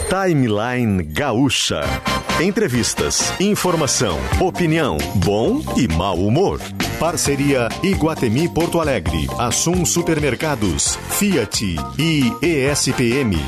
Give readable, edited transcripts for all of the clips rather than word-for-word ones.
Timeline Gaúcha. Entrevistas, informação, opinião, bom e mau humor. Parceria Iguatemi Porto Alegre, Assum Supermercados, Fiat e ESPM.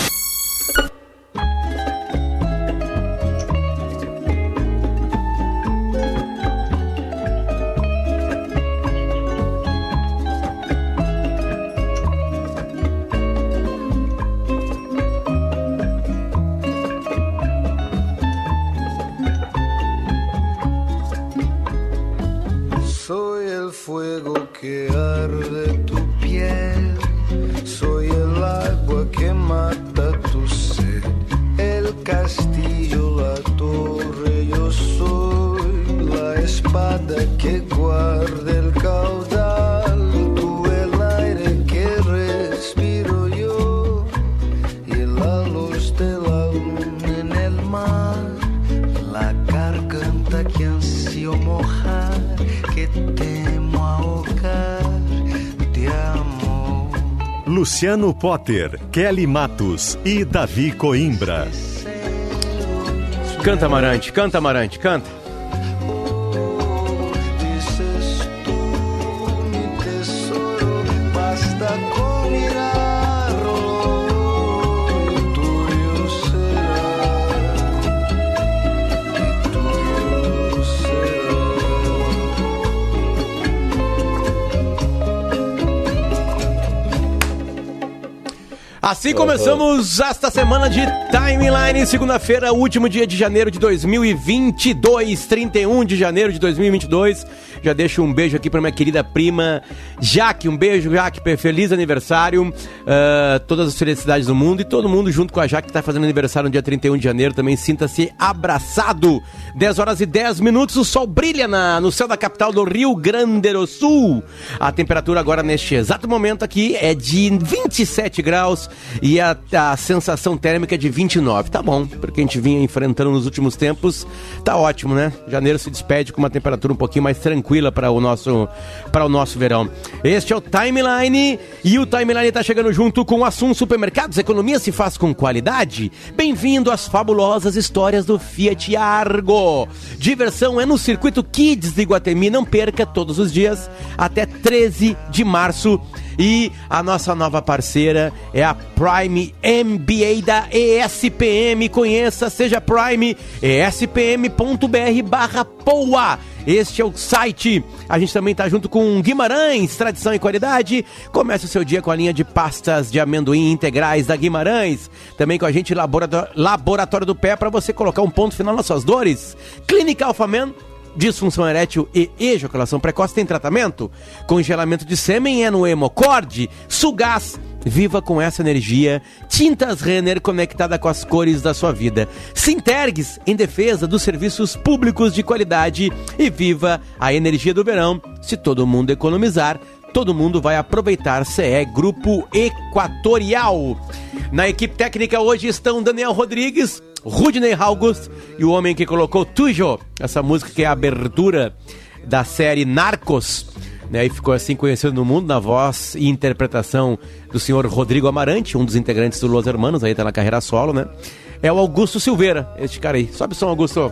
Luciano Potter, Kelly Matos e Davi Coimbra. Canta, Amarante, canta, Amarante, canta. Assim começamos esta semana de Timeline, segunda-feira, último dia de janeiro de 2022, 31 de janeiro de 2022. Já deixo um beijo aqui para minha querida prima Jaque, um beijo, Jaque, feliz aniversário, todas as felicidades do mundo e todo mundo junto com a Jaque que está fazendo aniversário no dia 31 de janeiro, também sinta-se abraçado. 10 horas e 10 minutos, o sol brilha no céu da capital do Rio Grande do Sul. A temperatura agora neste exato momento aqui é de 27 graus. E a sensação térmica é de 29. Tá bom, porque a gente vinha enfrentando nos últimos tempos. Tá ótimo, né? Janeiro se despede com uma temperatura um pouquinho mais tranquila para o nosso verão. Este é o Timeline. E o Timeline tá chegando junto com o Assum Supermercados. Economia se faz com qualidade. Bem-vindo às fabulosas histórias do Fiat Argo. Diversão é no Circuito Kids de Iguatemi. Não perca, todos os dias até 13 de março. E a nossa nova parceira é a Prime MBA da ESPM. Conheça, seja Prime, espm.br/POA. Este é o site. A gente também está junto com Guimarães, tradição e qualidade. Comece o seu dia com a linha de pastas de amendoim integrais da Guimarães. Também com a gente, Laboratório do Pé, para você colocar um ponto final nas suas dores. Clínica Alphaman. Disfunção erétil e ejaculação precoce tem tratamento. Congelamento de sêmen é no Hemocord. Sugás, viva com essa energia. Tintas Renner, conectada com as cores da sua vida. Sintergues, em defesa dos serviços públicos de qualidade. E viva a energia do verão. Se todo mundo economizar, todo mundo vai aproveitar. CE Grupo Equatorial. Na equipe técnica hoje estão Daniel Rodrigues, Rudney August e o homem que colocou Tujo, essa música que é a abertura da série Narcos, né, e ficou assim conhecido no mundo na voz e interpretação do senhor Rodrigo Amarante, um dos integrantes do Los Hermanos, aí tá na carreira solo, né? É o Augusto Silveira, este cara aí. Sobe o som, Augusto.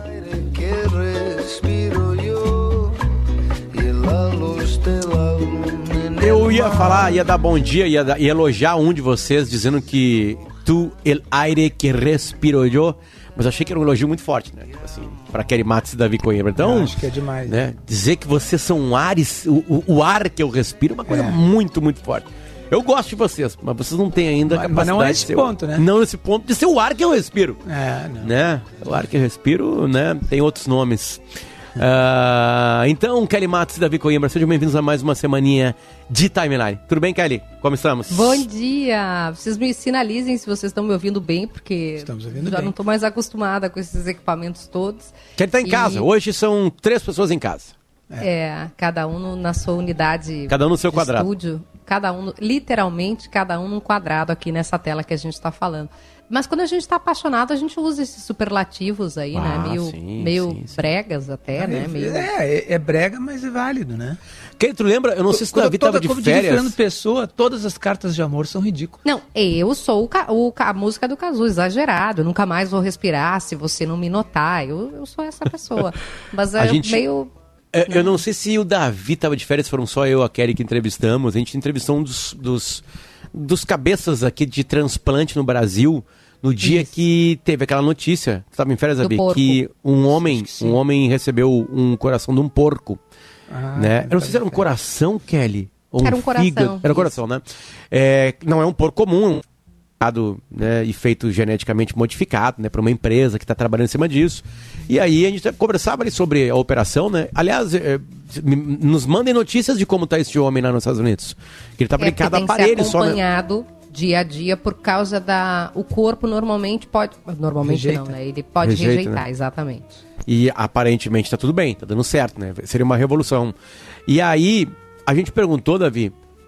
Eu ia falar, ia dar bom dia, ia elogiar um de vocês dizendo que tu el aire que respiro yo, mas achei que era um elogio muito forte, né? Assim, para Kelly Matos e Davi Coimbra. Então, acho que é demais, né? Dizer que vocês são ares, o ar que eu respiro é uma coisa muito, muito forte. Eu gosto de vocês, mas vocês não têm ainda a capacidade, mas não nesse ponto, né? Não nesse ponto de ser o ar que eu respiro. Não. Né? O ar que eu respiro, né? Tem outros nomes. Então, Kelly Matos e Davi Coimbra, sejam bem-vindos a mais uma semaninha de Timeline. Tudo bem, Kelly? Como estamos? Bom dia! Vocês me sinalizem se vocês estão me ouvindo bem, porque estamos ouvindo já bem. Não estou mais acostumada com esses equipamentos todos. Kelly está em casa. Hoje são 3 pessoas em casa. Cada um na sua unidade. Cada um no seu quadrado. Estúdio. Literalmente, cada um num quadrado aqui nessa tela que a gente está falando. Mas quando a gente está apaixonado, a gente usa esses superlativos aí, né? Meio bregas até, né? É brega, mas é válido, né? Kelly, tu lembra? Eu não sei se o Davi estava de férias. Fernando Pessoa, todas as cartas de amor são ridículas. Não, eu sou a música do Cazu, exagerado. Eu nunca mais vou respirar se você não me notar. Eu sou essa pessoa. Mas meio... Eu não sei se o Davi estava de férias, foram só eu e a Kelly que entrevistamos. A gente entrevistou um dos cabeças aqui de transplante no Brasil, no dia que teve aquela notícia, tu estava em férias, Davi, que um homem recebeu um coração de um porco. Né? Eu não sei se era um coração, Kelly, ou era um coração. Era um coração, né? Não é um porco comum, né, e feito geneticamente modificado, né, para uma empresa que está trabalhando em cima disso. E aí a gente conversava ali sobre a operação, né? Aliás, nos mandem notícias de como está esse homem lá nos Estados Unidos. Que ele está aplicado a aparelho só, né? Acompanhado dia a dia por causa o corpo normalmente pode... Normalmente rejeita. Não, né? Ele pode rejeitar, né? Exatamente. E aparentemente está tudo bem, está dando certo, né? Seria uma revolução. E aí, a gente perguntou, Davi,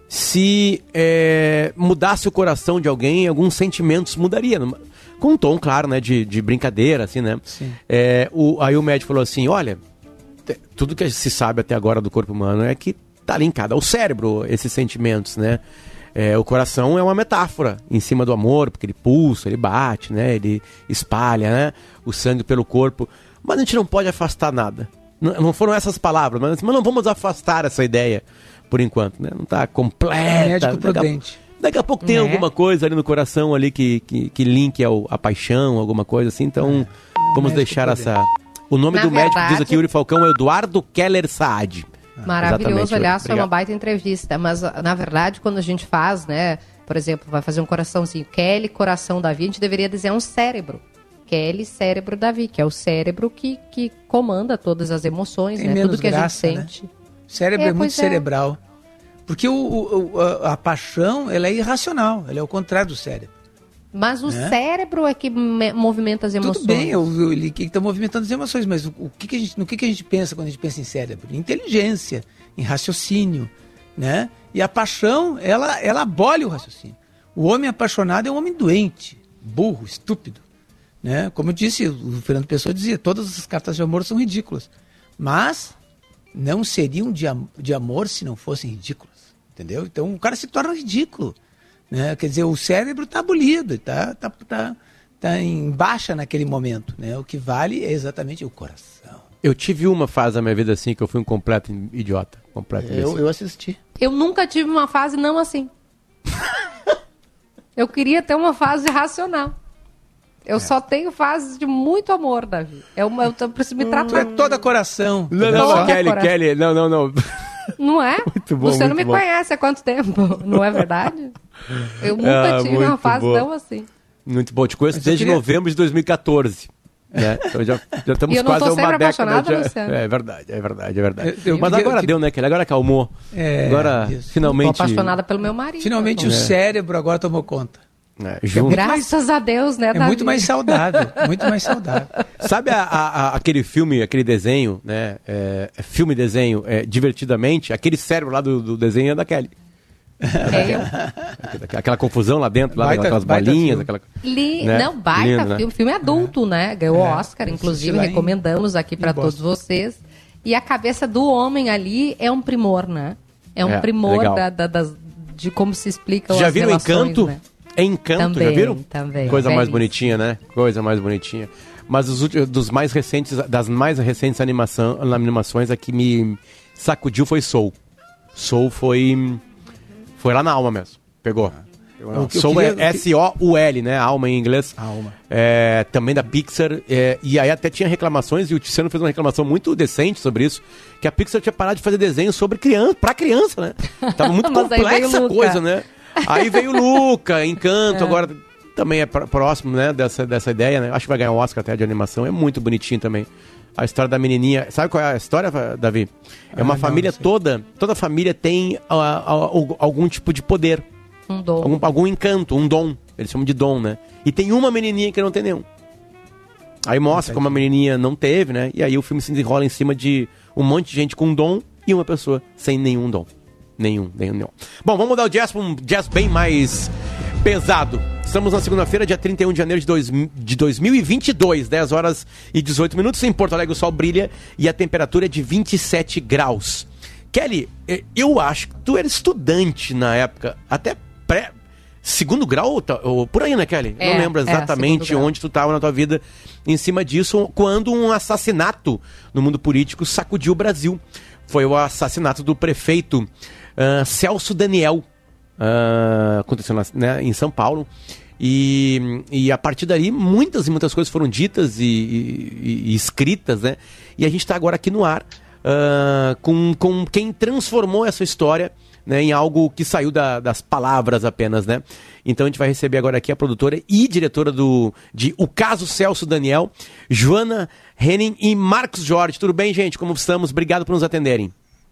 se mudasse o coração de alguém, alguns sentimentos mudaria. Com um tom, claro, né? De brincadeira, assim, né? Sim. Aí o médico falou assim, olha, tudo que se sabe até agora do corpo humano é que está linkado ao cérebro, esses sentimentos, né? O coração é uma metáfora em cima do amor, porque ele pulsa, ele bate, né? Ele espalha, né? O sangue pelo corpo. Mas a gente não pode afastar nada. Não foram essas palavras, mas não vamos afastar essa ideia por enquanto, né? Não está completa. Médico prudente. Daqui a pouco tem alguma coisa ali no coração ali que linke a paixão, alguma coisa assim. Então, vamos deixar essa... O nome do médico, diz aqui, Yuri Falcão, é Eduardo Keller Saad. Maravilhoso, aliás, foi uma baita entrevista. Mas, na verdade, quando a gente faz, né? Por exemplo, vai fazer um coraçãozinho. Kelly, coração Davi, a gente deveria dizer um cérebro. Kelly, cérebro Davi, que é o cérebro que comanda todas as emoções, tem né? Tudo que graça, a gente sente. Né? O cérebro é muito cerebral. Porque a paixão, ela é irracional. Ela é o contrário do cérebro. Mas o cérebro é que movimenta as emoções. Tudo bem, ele que está movimentando as emoções, mas no que a gente pensa quando a gente pensa em cérebro? Em inteligência, em raciocínio, né? E a paixão, ela abole o raciocínio. O homem apaixonado é um homem doente, burro, estúpido, né? Como eu disse, o Fernando Pessoa dizia, todas as cartas de amor são ridículas, mas não seriam de amor se não fossem ridículas, entendeu? Então o cara se torna ridículo. Né? Quer dizer, o cérebro está abolido, está em baixa naquele momento, né? O que vale é exatamente o coração. Eu tive uma fase da minha vida assim que eu fui um completo idiota. Eu assisti. Eu nunca tive uma fase não assim. Eu queria ter uma fase racional. Eu só tenho fases de muito amor, Davi. Eu preciso me tratar. É toda coração. Não, Kelly, não. Não é? Muito bom, você não me conhece há quanto tempo, não é verdade? Eu nunca tive uma fase tão assim. Muito bom, te conheço desde novembro de 2014. Né? Então já estamos quase uma década. É verdade. Mas agora deu, né, Kelly? Agora acalmou. Agora, finalmente... Estou apaixonada pelo meu marido. Finalmente o cérebro agora tomou conta. Graças a Deus, né, Davi? É muito mais saudável, muito mais saudável. Sabe aquele filme, aquele desenho, né? Filme-desenho, Divertidamente, aquele cérebro lá do desenho é da Kelly. Aquela confusão lá dentro, lá aquelas bolinhas. Né? Não, baita lindo, filme. Né? Filme adulto, né? Ganhou Oscar, inclusive, recomendamos aqui para todos vocês. E a cabeça do homem ali é um primor, né? É um primor de como se explica as relações. Já viram Encanto? Né? Encanto, também, já viram? Também. Coisa mais bonitinha, né? Coisa mais bonitinha. Mas das mais recentes animações, a que me sacudiu foi Soul. Soul foi lá na alma mesmo. Pegou. Soul é S-O-U-L, né? Alma em inglês. Alma. Também da Pixar. E aí até tinha reclamações, e o Tiziano fez uma reclamação muito decente sobre isso, que a Pixar tinha parado de fazer desenho sobre criança, pra criança, né? Tava muito complexa a coisa, né? Aí veio o Luca, Encanto, agora também é próximo, né, dessa ideia, né? Acho que vai ganhar um Oscar até de animação, é muito bonitinho também. A história da menininha, sabe qual é a história, Davi? É uma família toda família tem algum tipo de poder. Um dom. Algum encanto, um dom, eles chamam de dom, né? E tem uma menininha que não tem nenhum. Aí mostra como a menininha não teve, né? E aí o filme se desenrola em cima de um monte de gente com dom e uma pessoa sem nenhum dom. Nenhum. Bom, vamos mudar o jazz para um jazz bem mais pesado. Estamos na segunda-feira, dia 31 de janeiro de 2022, 10 horas e 18 minutos. Em Porto Alegre o sol brilha e a temperatura é de 27 graus. Kelly, eu acho que tu era estudante na época, até segundo grau, ou por aí, né, Kelly? Não lembro exatamente onde tu estava na tua vida em cima disso, quando um assassinato no mundo político sacudiu o Brasil. Foi o assassinato do prefeito Celso Daniel, aconteceu em São Paulo. E a partir dali muitas e muitas coisas foram ditas e escritas, né? E a gente está agora aqui no ar com quem transformou essa história, né, em algo que saiu das palavras apenas, né? Então a gente vai receber agora aqui a produtora e diretora de O Caso Celso Daniel, Joana Henning e Marcos Jorge. Tudo bem, gente? Como estamos? Obrigado por nos atenderem.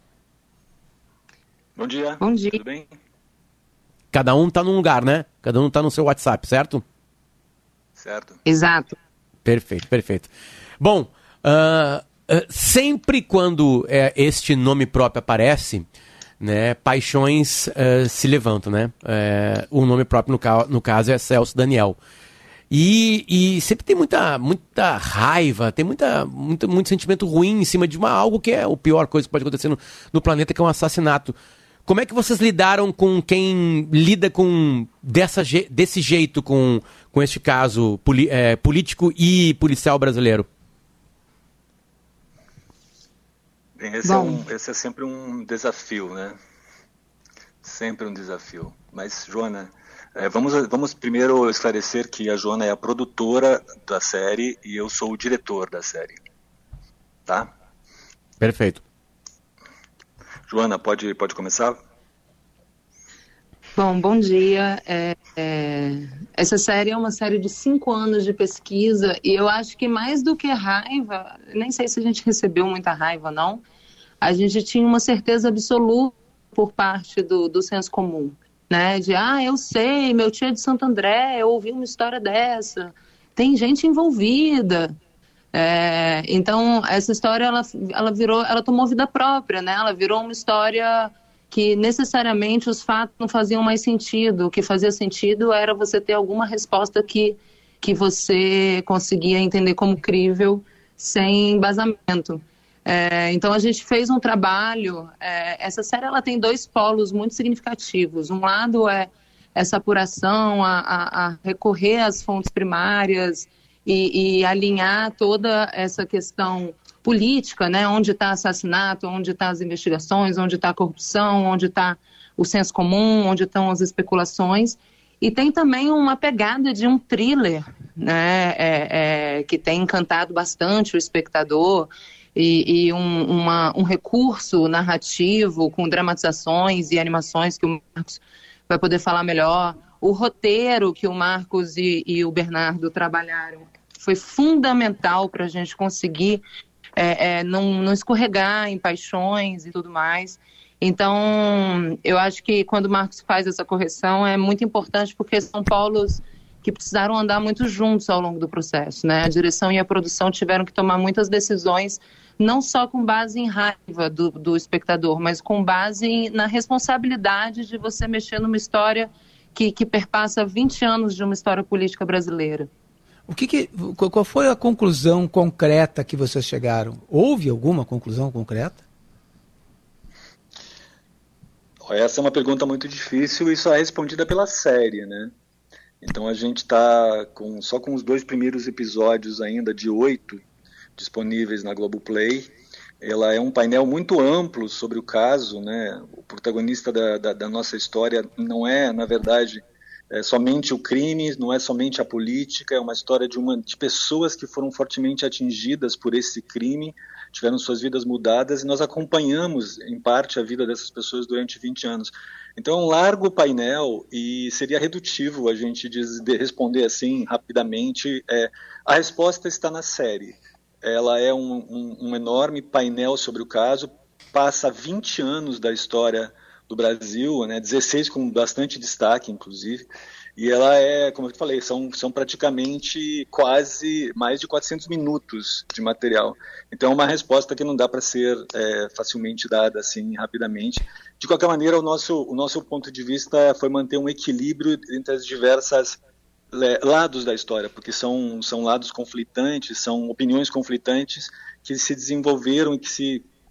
Bom dia. Bom dia. Tudo bem? Cada um está num lugar, né? Cada um está no seu WhatsApp, certo? Certo. Exato. Perfeito. Bom, sempre quando este nome próprio aparece, né, paixões se levantam, né? O nome próprio, no caso, é Celso Daniel. E sempre tem muita raiva, tem muito sentimento ruim em cima de algo que é a pior coisa que pode acontecer no planeta, que é um assassinato. Como é que vocês lidaram com quem lida desse jeito com este caso político e policial brasileiro? Bem, esse é sempre um desafio, né? Sempre um desafio. Mas, Joana, vamos primeiro esclarecer que a Joana é a produtora da série e eu sou o diretor da série. Tá? Perfeito. Joana, pode começar? Bom dia. Essa série é uma série de 5 anos de pesquisa e eu acho que mais do que raiva, nem sei se a gente recebeu muita raiva, não, a gente tinha uma certeza absoluta por parte do senso comum, né? De, eu sei, meu tio é de Santo André, eu ouvi uma história dessa, tem gente envolvida. Então, essa história, ela tomou vida própria, né? Ela virou uma história que necessariamente os fatos não faziam mais sentido. O que fazia sentido era você ter alguma resposta que você conseguia entender como crível, sem embasamento. Então, a gente fez um trabalho. Essa série ela tem 2 polos muito significativos. Um lado é essa apuração, a recorrer às fontes primárias, e alinhar toda essa questão política, né? Onde está assassinato, onde estão as investigações, onde está a corrupção, onde está o senso comum, onde estão as especulações. E tem também uma pegada de um thriller, né? Que tem encantado bastante o espectador, e um recurso narrativo com dramatizações e animações que o Marcos vai poder falar melhor. O roteiro que o Marcos e o Bernardo trabalharam foi fundamental para a gente conseguir não escorregar em paixões e tudo mais. Então, eu acho que quando o Marcos faz essa correção é muito importante, porque são polos que precisaram andar muito juntos ao longo do processo, né? A direção e a produção tiveram que tomar muitas decisões, não só com base em raiva do espectador, mas com base na responsabilidade de você mexer numa história que perpassa 20 anos de uma história política brasileira. Qual foi a conclusão concreta que vocês chegaram? Houve alguma conclusão concreta? Essa é uma pergunta muito difícil e só é respondida pela série, né? Então a gente está só com os 2 primeiros episódios ainda de 8 disponíveis na Globoplay. Ela é um painel muito amplo sobre o caso, né? O protagonista da nossa história não é, na verdade, somente o crime, não é somente a política, é uma história de pessoas que foram fortemente atingidas por esse crime, tiveram suas vidas mudadas, e nós acompanhamos, em parte, a vida dessas pessoas durante 20 anos. Então é um largo painel e seria redutivo a gente responder assim rapidamente. A resposta está na série. Ela é um enorme painel sobre o caso, passa 20 anos da história do Brasil, né, 16 com bastante destaque, inclusive, e ela como eu falei, são praticamente quase mais de 400 minutos de material. Então é uma resposta que não dá para ser facilmente dada assim rapidamente. De qualquer maneira, o nosso ponto de vista foi manter um equilíbrio entre as diversas lados da história, porque são lados conflitantes, são opiniões conflitantes que se desenvolveram e que se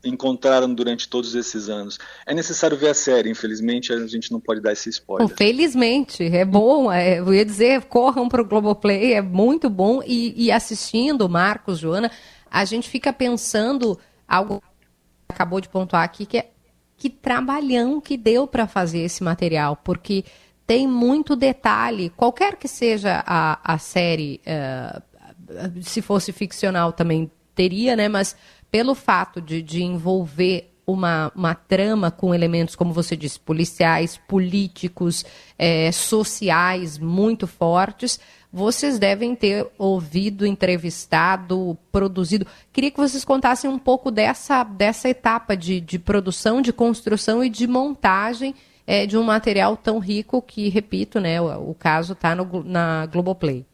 encontraram durante todos esses anos. É necessário ver a série, infelizmente a gente não pode dar esse spoiler. Felizmente, é bom, eu ia dizer, corram para o Globoplay, é muito bom, e assistindo, Marcos, Joana, a gente fica pensando, algo que acabou de pontuar aqui, que trabalhão que deu para fazer esse material, porque tem muito detalhe, qualquer que seja a série, se fosse ficcional também teria, né, mas pelo fato de envolver uma trama com elementos, como você disse, policiais, políticos, sociais muito fortes, vocês devem ter ouvido, entrevistado, produzido. Queria que vocês contassem um pouco dessa etapa de produção, de construção e de montagem de um material tão rico que, repito, né, o caso está na Globoplay.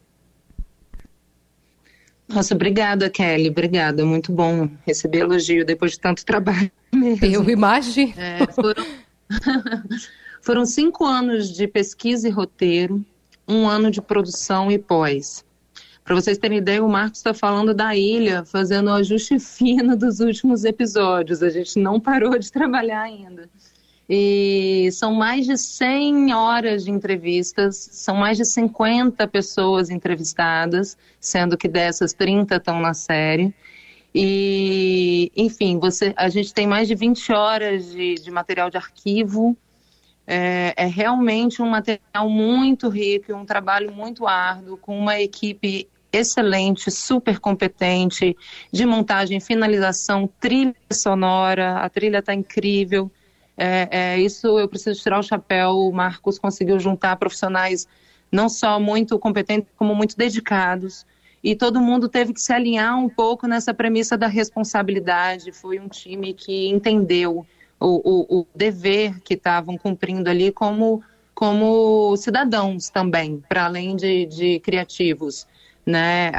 Nossa, obrigada, Kelly, obrigada, muito bom receber elogio depois de tanto trabalho mesmo. Eu imagino. Foram 5 anos de pesquisa e roteiro, 1 ano de produção e pós. Para vocês terem ideia, o Marcos está falando da ilha, fazendo o ajuste fino dos últimos episódios, a gente não parou de trabalhar ainda. E são mais de 100 horas de entrevistas, são mais de 50 pessoas entrevistadas, sendo que dessas 30 estão na série. E, enfim, a gente tem mais de 20 horas de material de arquivo. É realmente um material muito rico, um trabalho muito árduo, com uma equipe excelente, super competente, de montagem, finalização, trilha sonora, a trilha está incrível. Isso eu preciso tirar o chapéu. O Marcos conseguiu juntar profissionais não só muito competentes, como muito dedicados. E todo mundo teve que se alinhar um pouco nessa premissa da responsabilidade. Foi um time que entendeu o dever que estavam cumprindo ali como cidadãos também, para além de criativos, né?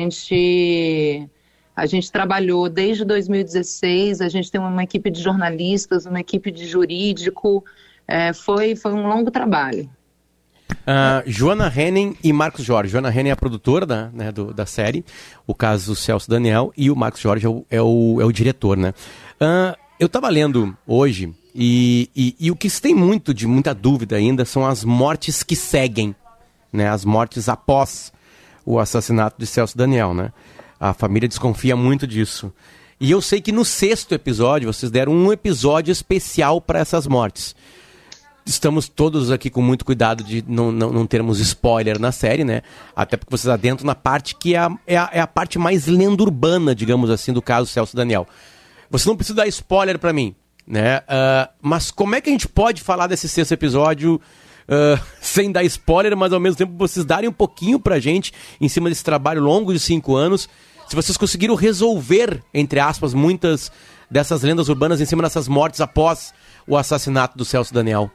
A gente trabalhou desde 2016, a gente tem uma equipe de jornalistas, uma equipe de jurídico, foi um longo trabalho. Joana Henning e Marcos Jorge. Joana Henning é a produtora da série, o caso Celso Daniel, e o Marcos Jorge é o diretor, né? Eu estava lendo hoje, e o que se tem muita dúvida ainda são as mortes que seguem, né? As mortes após o assassinato de Celso Daniel, né? A família desconfia muito disso. E eu sei que no 6º episódio, vocês deram um episódio especial para essas mortes. Estamos todos aqui com muito cuidado de não termos spoiler na série, né? Até porque vocês adentram na parte que é a parte mais lenda urbana, digamos assim, do caso Celso Daniel. Você não precisa dar spoiler para mim, né? Mas como é que a gente pode falar desse 6º episódio sem dar spoiler, mas ao mesmo tempo vocês darem um pouquinho pra gente em cima desse trabalho longo de 5 anos? Se vocês conseguiram resolver, entre aspas, muitas dessas lendas urbanas em cima dessas mortes após o assassinato do Celso Daniel.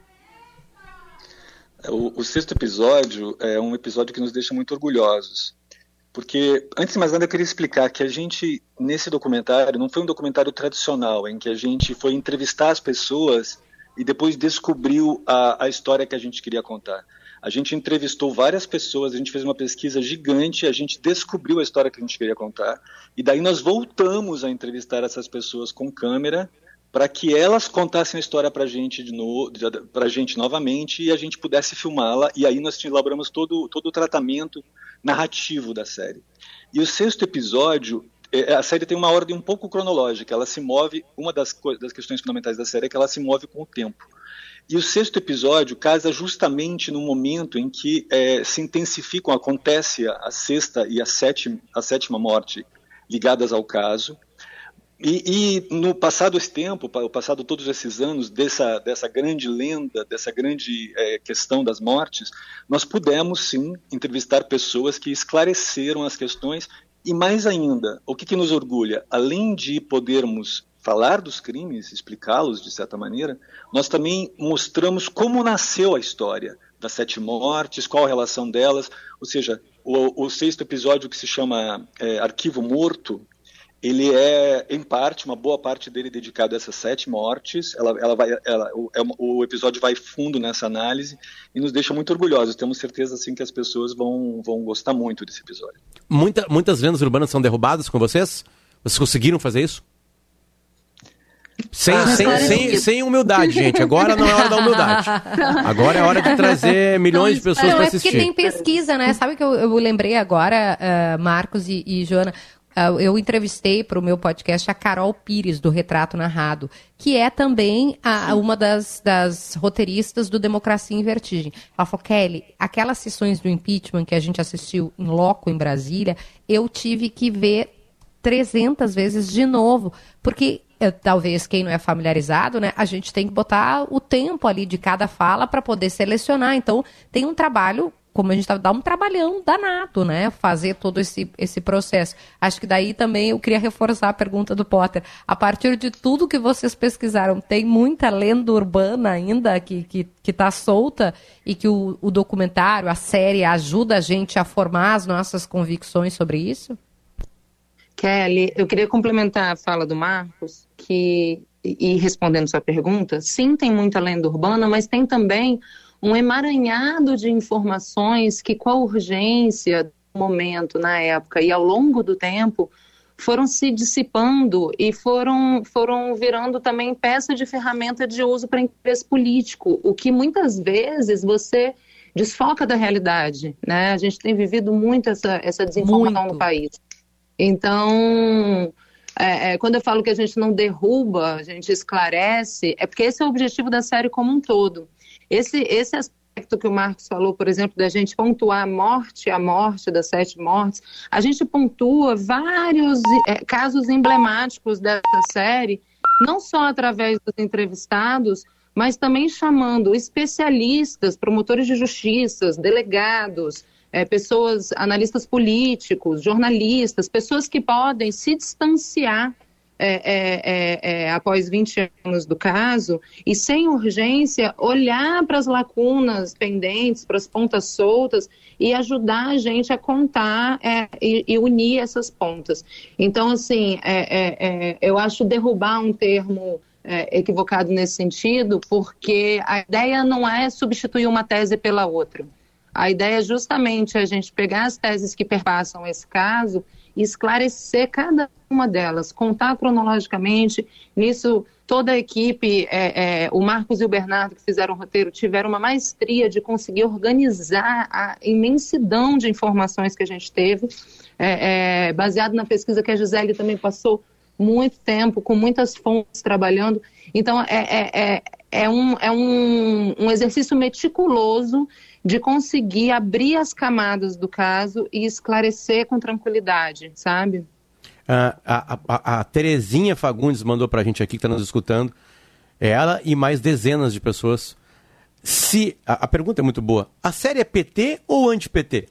O 6º episódio é um episódio que nos deixa muito orgulhosos. Porque, antes de mais nada, eu queria explicar que a gente, nesse documentário, não foi um documentário tradicional, em que a gente foi entrevistar as pessoas e depois descobriu a história que a gente queria contar. A gente entrevistou várias pessoas, a gente fez uma pesquisa gigante, a gente descobriu a história que a gente queria contar, e daí nós voltamos a entrevistar essas pessoas com câmera, para que elas contassem a história para a gente novamente, e a gente pudesse filmá-la, e aí nós elaboramos todo o tratamento narrativo da série. E o 6º episódio, a série tem uma ordem um pouco cronológica, ela se move, uma das questões fundamentais da série é que ela se move com o tempo. E o 6º episódio casa justamente no momento em que se intensificam, acontece a 6ª e a 7ª morte ligadas ao caso. E no passado esse tempo, passado todos esses anos dessa grande lenda, dessa grande questão das mortes, nós pudemos sim entrevistar pessoas que esclareceram as questões. E mais ainda, o que nos orgulha? Além de podermos falar dos crimes, explicá-los de certa maneira, nós também mostramos como nasceu a história das 7 mortes, qual a relação delas. Ou seja, o 6º episódio, que se chama Arquivo Morto, ele é, em parte, uma boa parte dele dedicado a essas 7 mortes. O episódio vai fundo nessa análise e nos deixa muito orgulhosos. Temos certeza, assim, que as pessoas vão gostar muito desse episódio. Muitas lendas urbanas são derrubadas com vocês? Vocês conseguiram fazer isso? Sem humildade, gente. Agora não é hora da humildade. Agora é hora de trazer milhões de pessoas para assistir. É porque tem pesquisa, né? Sabe que eu lembrei agora, Marcos e Joana, eu entrevistei para o meu podcast a Carol Pires, do Retrato Narrado, que é também uma das roteiristas do Democracia em Vertigem. Ela falou, Kelly, aquelas sessões do impeachment que a gente assistiu em loco em Brasília, eu tive que ver 300 vezes de novo, porque talvez quem não é familiarizado, né, a gente tem que botar o tempo ali de cada fala para poder selecionar. Então, tem um trabalho, como a gente dá um trabalhão danado, né? Fazer todo esse processo. Acho que daí também eu queria reforçar a pergunta do Potter. A partir de tudo que vocês pesquisaram, tem muita lenda urbana ainda que está solta e que o documentário, a série, ajuda a gente a formar as nossas convicções sobre isso? Kelly, eu queria complementar a fala do Marcos, e respondendo sua pergunta, sim, tem muita lenda urbana, mas tem também um emaranhado de informações que, com a urgência do momento, na época e ao longo do tempo, foram se dissipando e foram virando também peça de ferramenta de uso para interesse político, o que muitas vezes você desfoca da realidade, né? A gente tem vivido muito essa desinformação no país. Então, quando eu falo que a gente não derruba, a gente esclarece, é porque esse é o objetivo da série como um todo. Esse aspecto que o Marcos falou, por exemplo, da gente pontuar a morte das 7 mortes, a gente pontua vários casos emblemáticos dessa série, não só através dos entrevistados, mas também chamando especialistas, promotores de justiça, delegados, pessoas, analistas políticos, jornalistas, pessoas que podem se distanciar após 20 anos do caso e, sem urgência, olhar para as lacunas pendentes, para as pontas soltas e ajudar a gente a contar e unir essas pontas. Então, assim, eu acho derrubar um termo equivocado nesse sentido, porque a ideia não é substituir uma tese pela outra. A ideia é justamente a gente pegar as teses que perpassam esse caso e esclarecer cada uma delas, contar cronologicamente. Nisso, toda a equipe, o Marcos e o Bernardo, que fizeram o roteiro, tiveram uma maestria de conseguir organizar a imensidão de informações que a gente teve, baseado na pesquisa que a Gisele também passou muito tempo, com muitas fontes trabalhando. Então, é um exercício meticuloso de conseguir abrir as camadas do caso e esclarecer com tranquilidade, sabe? A Terezinha Fagundes mandou pra gente aqui, que está nos escutando, ela e mais dezenas de pessoas. A pergunta é muito boa. A série é PT ou anti-PT?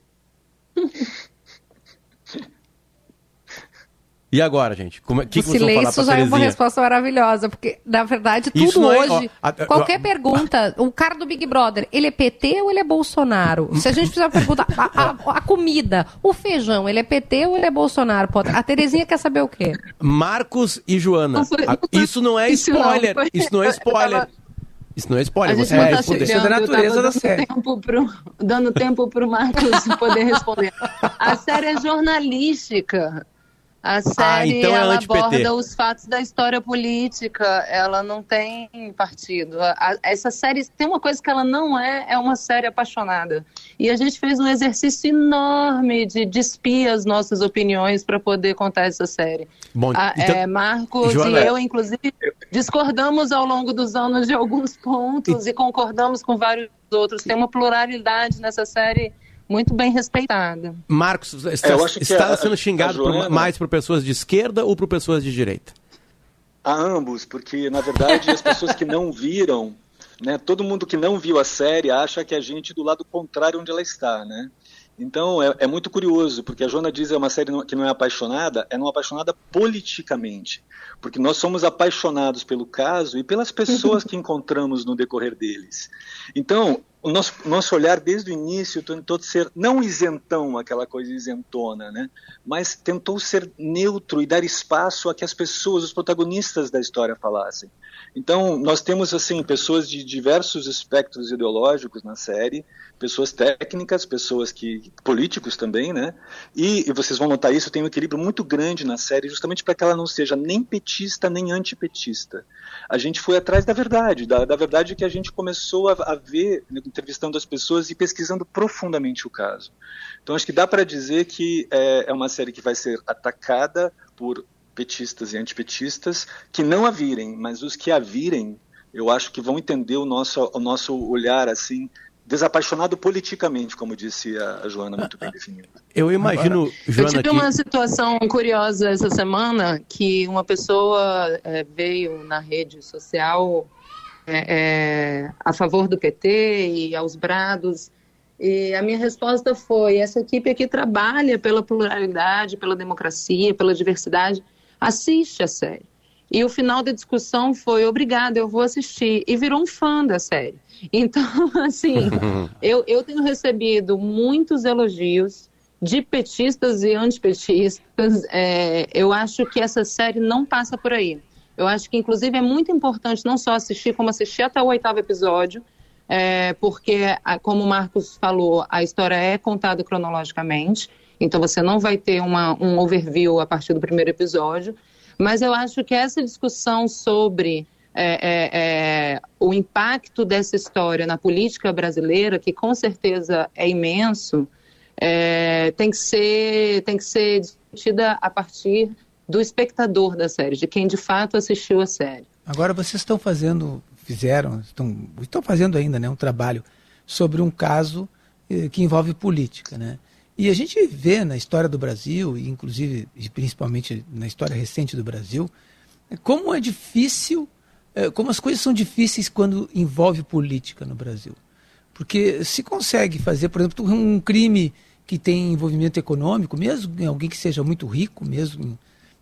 E agora, gente? O que vocês vão falar pra Terezinha? O silêncio já é uma resposta maravilhosa, porque, na verdade, tudo hoje... qualquer pergunta, o cara do Big Brother, ele é PT ou ele é Bolsonaro? Se a gente fizer uma pergunta, a comida, o feijão, ele é PT ou ele é Bolsonaro? A Terezinha quer saber o quê? Marcos e Joana, isso não é spoiler. Isso não é spoiler. Isso não é spoiler, você vai responder. Isso é da natureza da série. Dando tempo pro Marcos poder responder. A série é jornalística. A série, então ela aborda os fatos da história política, ela não tem partido. Essa série tem uma coisa que ela não é uma série apaixonada. E a gente fez um exercício enorme de despir as nossas opiniões para poder contar essa série. Bom, então, Marcos Joana, e eu, inclusive, discordamos ao longo dos anos de alguns pontos e concordamos com vários outros. Tem uma pluralidade nessa série muito bem respeitada. Marcos, está sendo xingado mais por pessoas de esquerda ou por pessoas de direita? A ambos, porque, na verdade, as pessoas que não viram, né, todo mundo que não viu a série acha que a gente do lado contrário onde ela está, né? Então, é muito curioso, porque a Joana diz que é uma série que não é apaixonada politicamente, porque nós somos apaixonados pelo caso e pelas pessoas que encontramos no decorrer deles. Então, o nosso olhar desde o início tentou ser não isentão, aquela coisa isentona, né? Mas tentou ser neutro e dar espaço a que as pessoas, os protagonistas da história falassem. Então, nós temos assim pessoas de diversos espectros ideológicos na série, pessoas técnicas, políticos também, né? E vocês vão notar isso, tem um equilíbrio muito grande na série, justamente para que ela não seja nem petista nem antipetista. A gente foi atrás da verdade, da verdade que a gente começou a ver, entrevistando as pessoas e pesquisando profundamente o caso. Então, acho que dá para dizer que é uma série que vai ser atacada por petistas e antipetistas que não a virem, mas os que a virem, eu acho que vão entender o nosso olhar assim, desapaixonado politicamente, como disse a Joana muito bem definido. Eu imagino, Joana, eu tive uma situação curiosa essa semana, que uma pessoa veio na rede social a favor do PT e aos brados, e a minha resposta foi: essa equipe aqui trabalha pela pluralidade, pela democracia, pela diversidade, assiste a série. E o final da discussão foi: obrigada, eu vou assistir. E virou um fã da série. Então, assim, eu tenho recebido muitos elogios de petistas e antipetistas. Eu acho que essa série não passa por aí. Eu acho que, inclusive, é muito importante não só assistir, como assistir até o 8º episódio, porque, como o Marcos falou, a história é contada cronologicamente. Então, você não vai ter um overview a partir do 1º episódio. Mas eu acho que essa discussão sobre o impacto dessa história na política brasileira, que com certeza é imenso, tem que ser discutida a partir do espectador da série, de quem de fato assistiu a série. Agora vocês estão fazendo ainda, né, um trabalho sobre um caso que envolve política, né? E a gente vê na história do Brasil, e inclusive e principalmente na história recente do Brasil, como é difícil, como as coisas são difíceis quando envolve política no Brasil. Porque se consegue fazer, por exemplo, um crime que tem envolvimento econômico, mesmo em alguém que seja muito rico, mesmo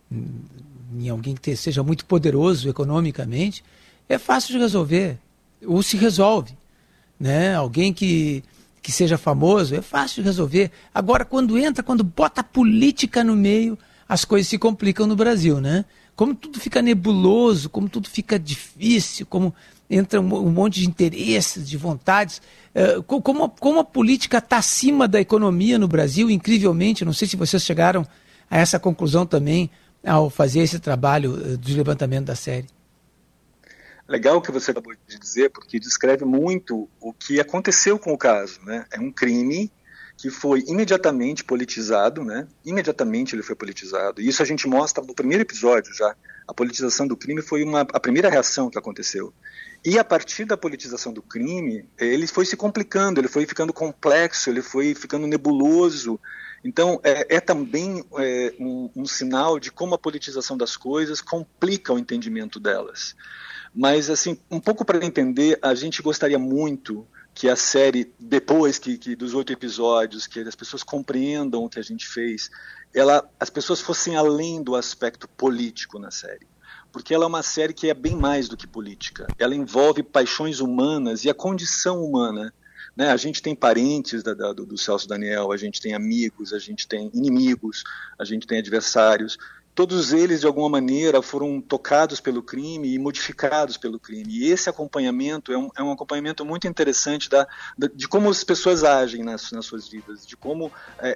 em alguém que seja muito poderoso economicamente, é fácil de resolver, ou se resolve, né? Alguém que seja famoso, é fácil de resolver. Agora, quando bota a política no meio, as coisas se complicam no Brasil, né? Como tudo fica nebuloso, como tudo fica difícil, como entra um monte de interesses, de vontades, como a política está acima da economia no Brasil, incrivelmente. Não sei se vocês chegaram a essa conclusão também ao fazer esse trabalho de levantamento da série. Legal o que você acabou de dizer, porque descreve muito o que aconteceu com o caso, né? É um crime que foi imediatamente politizado, né? Imediatamente ele foi politizado. E isso a gente mostra no 1º episódio já. A politização do crime foi a primeira reação que aconteceu. E a partir da politização do crime, ele foi se complicando, ele foi ficando complexo, ele foi ficando nebuloso. Então, é também um sinal de como a politização das coisas complica o entendimento delas. Mas, assim, um pouco para entender, a gente gostaria muito que a série, depois que dos 8 episódios, que as pessoas compreendam o que a gente fez, as pessoas fossem além do aspecto político na série. Porque ela é uma série que é bem mais do que política. Ela envolve paixões humanas e a condição humana. Né? A gente tem parentes do Celso Daniel, a gente tem amigos, a gente tem inimigos, a gente tem adversários. Todos eles, de alguma maneira, foram tocados pelo crime e modificados pelo crime. E esse acompanhamento é um acompanhamento muito interessante de como as pessoas agem nas suas vidas, de como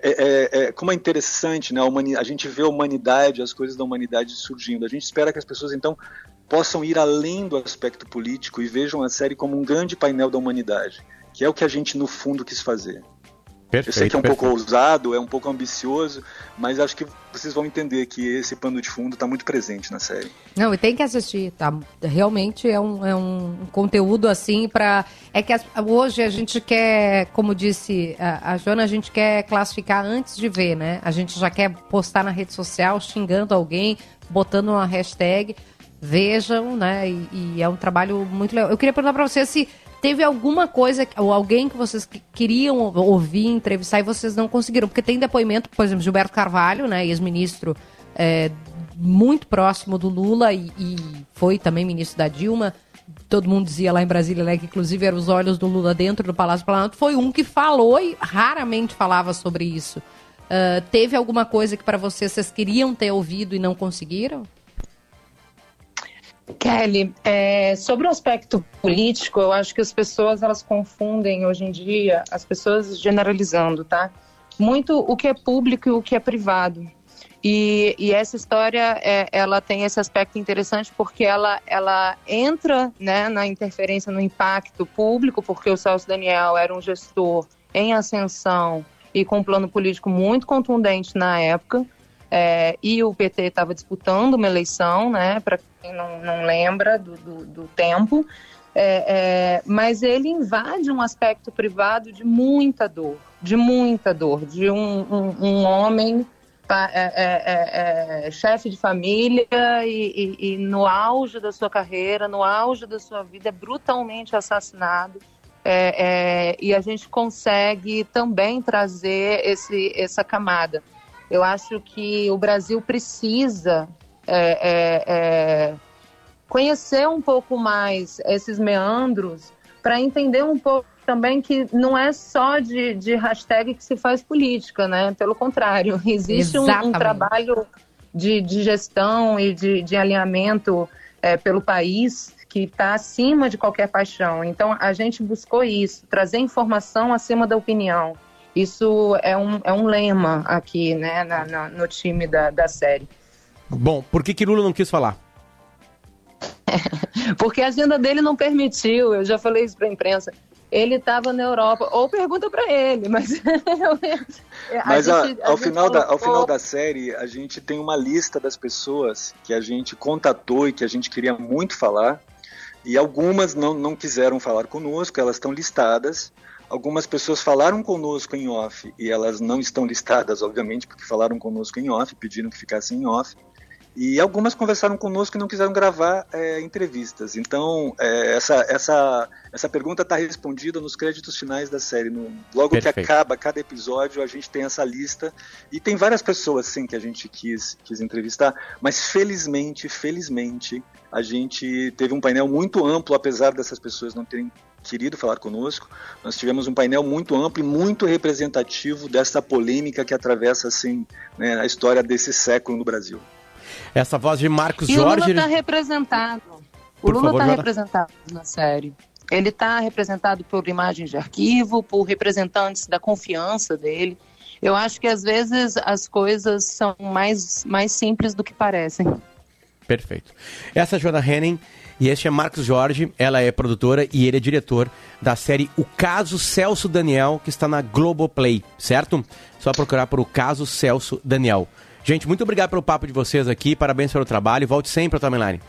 é interessante, né? A gente vê a humanidade, as coisas da humanidade surgindo. A gente espera que as pessoas, então, possam ir além do aspecto político e vejam a série como um grande painel da humanidade, que é o que a gente, no fundo, quis fazer. Perfeito, eu sei que é um pouco ousado, é um pouco ambicioso, mas acho que vocês vão entender que esse pano de fundo está muito presente na série. Não, e tem que assistir, tá? Realmente é um conteúdo assim para... hoje a gente quer, como disse a Joana, a gente quer classificar antes de ver, né? A gente já quer postar na rede social xingando alguém, botando uma hashtag, vejam, né? E é um trabalho muito legal. Eu queria perguntar para vocês se teve alguma coisa, ou alguém que vocês queriam ouvir, entrevistar e vocês não conseguiram, porque tem depoimento, por exemplo, Gilberto Carvalho, né, ex-ministro muito próximo do Lula e foi também ministro da Dilma, todo mundo dizia lá em Brasília, né, que inclusive eram os olhos do Lula dentro do Palácio do Planalto, foi um que falou e raramente falava sobre isso. Teve alguma coisa que para vocês queriam ter ouvido e não conseguiram? Kelly, sobre o aspecto político, eu acho que as pessoas elas confundem hoje em dia, as pessoas generalizando, tá? Muito o que é público e o que é privado. E essa história, ela tem esse aspecto interessante porque ela entra, né, na interferência, no impacto público, porque o Celso Daniel era um gestor em ascensão e com um plano político muito contundente na época, e o PT estava disputando uma eleição, né, para quem não lembra do tempo, mas ele invade um aspecto privado de muita dor, de um homem chefe de família e no auge da sua carreira, no auge da sua vida, brutalmente assassinado. E a gente consegue também trazer essa camada. Eu acho que o Brasil precisa conhecer um pouco mais esses meandros para entender um pouco também que não é só de hashtag que se faz política, né? Pelo contrário, existe um trabalho de gestão e de alinhamento pelo país que está acima de qualquer paixão. Então, a gente buscou isso, trazer informação acima da opinião. Isso é um lema aqui, né, no time da série. Bom, por que Lula não quis falar? Porque a agenda dele não permitiu, eu já falei isso para a imprensa. Ele estava na Europa, ou pergunta para ele, mas... ao final da série, a gente tem uma lista das pessoas que a gente contatou e que a gente queria muito falar, e algumas não quiseram falar conosco, elas estão listadas. Algumas pessoas falaram conosco em off, e elas não estão listadas, obviamente, porque falaram conosco em off, pediram que ficassem em off. E algumas conversaram conosco e não quiseram gravar entrevistas. Então, essa pergunta está respondida nos créditos finais da série. Logo Perfeito. Que acaba cada episódio, a gente tem essa lista. E tem várias pessoas, sim, que a gente quis entrevistar. Mas, felizmente, a gente teve um painel muito amplo, apesar dessas pessoas não terem querido falar conosco. Nós tivemos um painel muito amplo e muito representativo dessa polêmica que atravessa, assim, né, a história desse século no Brasil. Essa voz de Marcos Jorge... O Lula está representado. O Lula está representado na série. Ele está representado por imagens de arquivo, por representantes da confiança dele. Eu acho que às vezes as coisas são mais simples do que parecem. Perfeito. Essa é a Joana Henning e este é Marcos Jorge. Ela é produtora e ele é diretor da série O Caso Celso Daniel, que está na Globoplay, certo? Só procurar por O Caso Celso Daniel. Gente, muito obrigado pelo papo de vocês aqui, parabéns pelo trabalho e volte sempre ao Timeline.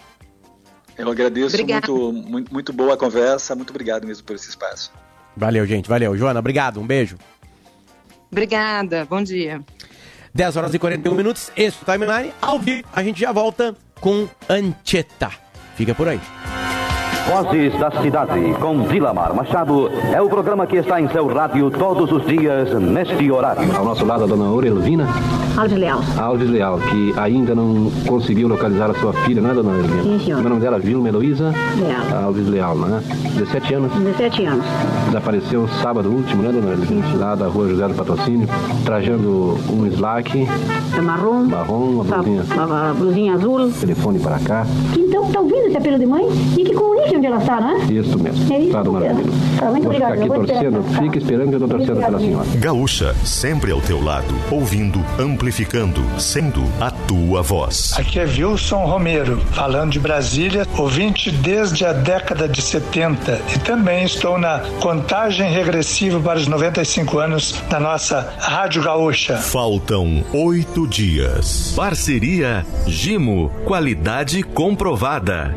Eu agradeço, muito boa a conversa, muito obrigado mesmo por esse espaço. Valeu, gente, valeu. Joana, obrigado, um beijo. Obrigada, bom dia. 10 horas e 41 minutos, esse é o Timeline, ao vivo. A gente já volta com Anchieta. Fica por aí. Vozes da Cidade, com Dilamar Machado, é o programa que está em seu rádio todos os dias, neste horário. Ao nosso lado, a dona Aurelvina Alves Leal, que ainda não conseguiu localizar a sua filha, não é, dona Aurelvina? Sim, senhor. O nome dela é Vilma Heloísa Alves Leal, não é? 17 anos. 17 anos. Desapareceu sábado último, né, dona Aurelvina? Lá da rua José do Patrocínio, trajando um slack. Marrom, uma blusinha azul. Telefone para cá. Então, tá ouvindo esse apelo de mãe? E que comunique onde ela está, não é? Isso mesmo. É isso, tá, dona Aurelvina. Muito obrigada. Fica aqui torcendo, fica esperando que eu estou torcendo pela senhora. Gaúcha, sempre ao teu lado, ouvindo, amplificando, sendo a tua voz. Aqui é Wilson Romero, falando de Brasília, ouvinte desde a década de 70 e também estou na contagem regressiva para os 95 anos da nossa Rádio Gaúcha. Faltam 8 dias. Parceria Gimo, qualidade comprovada.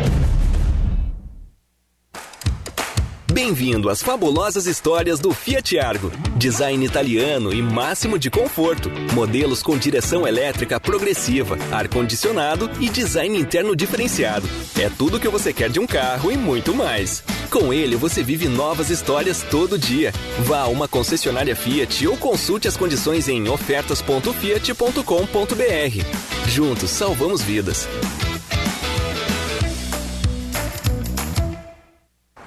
Bem-vindo às fabulosas histórias do Fiat Argo. Design italiano e máximo de conforto. Modelos com direção elétrica progressiva, ar-condicionado e design interno diferenciado. É tudo o que você quer de um carro e muito mais. Com ele, você vive novas histórias todo dia. Vá a uma concessionária Fiat ou consulte as condições em ofertas.fiat.com.br. Juntos, salvamos vidas.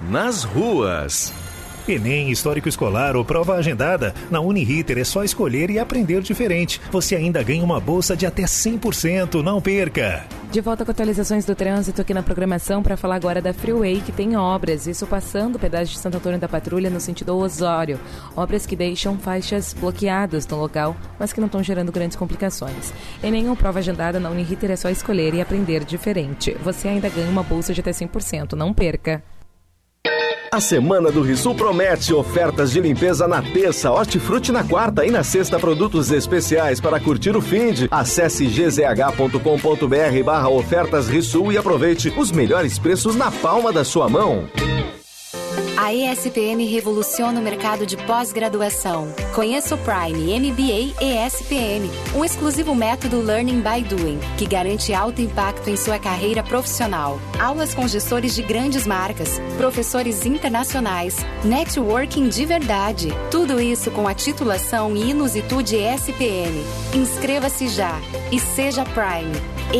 nas ruas. Enem, histórico escolar ou prova agendada, na Uniriter é só escolher e aprender diferente. Você ainda ganha uma bolsa de até 100%, não perca! De volta com atualizações do trânsito aqui na programação para falar agora da Freeway, que tem obras, isso passando o pedágio de Santo Antônio da Patrulha no sentido Osório. Obras que deixam faixas bloqueadas no local, mas que não estão gerando grandes complicações. Enem ou prova agendada na Uniriter é só escolher e aprender diferente. Você ainda ganha uma bolsa de até 100%, não perca! A Semana do Rissul promete ofertas de limpeza na terça, hortifruti na quarta e na sexta produtos especiais para curtir o finde. Acesse gzh.com.br/ofertas Rissul e aproveite os melhores preços na palma da sua mão. A ESPM revoluciona o mercado de pós-graduação. Conheça o Prime MBA ESPM, um exclusivo método Learning by Doing, que garante alto impacto em sua carreira profissional. Aulas com gestores de grandes marcas, professores internacionais, networking de verdade. Tudo isso com a titulação Inusitude ESPM. Inscreva-se já e seja Prime.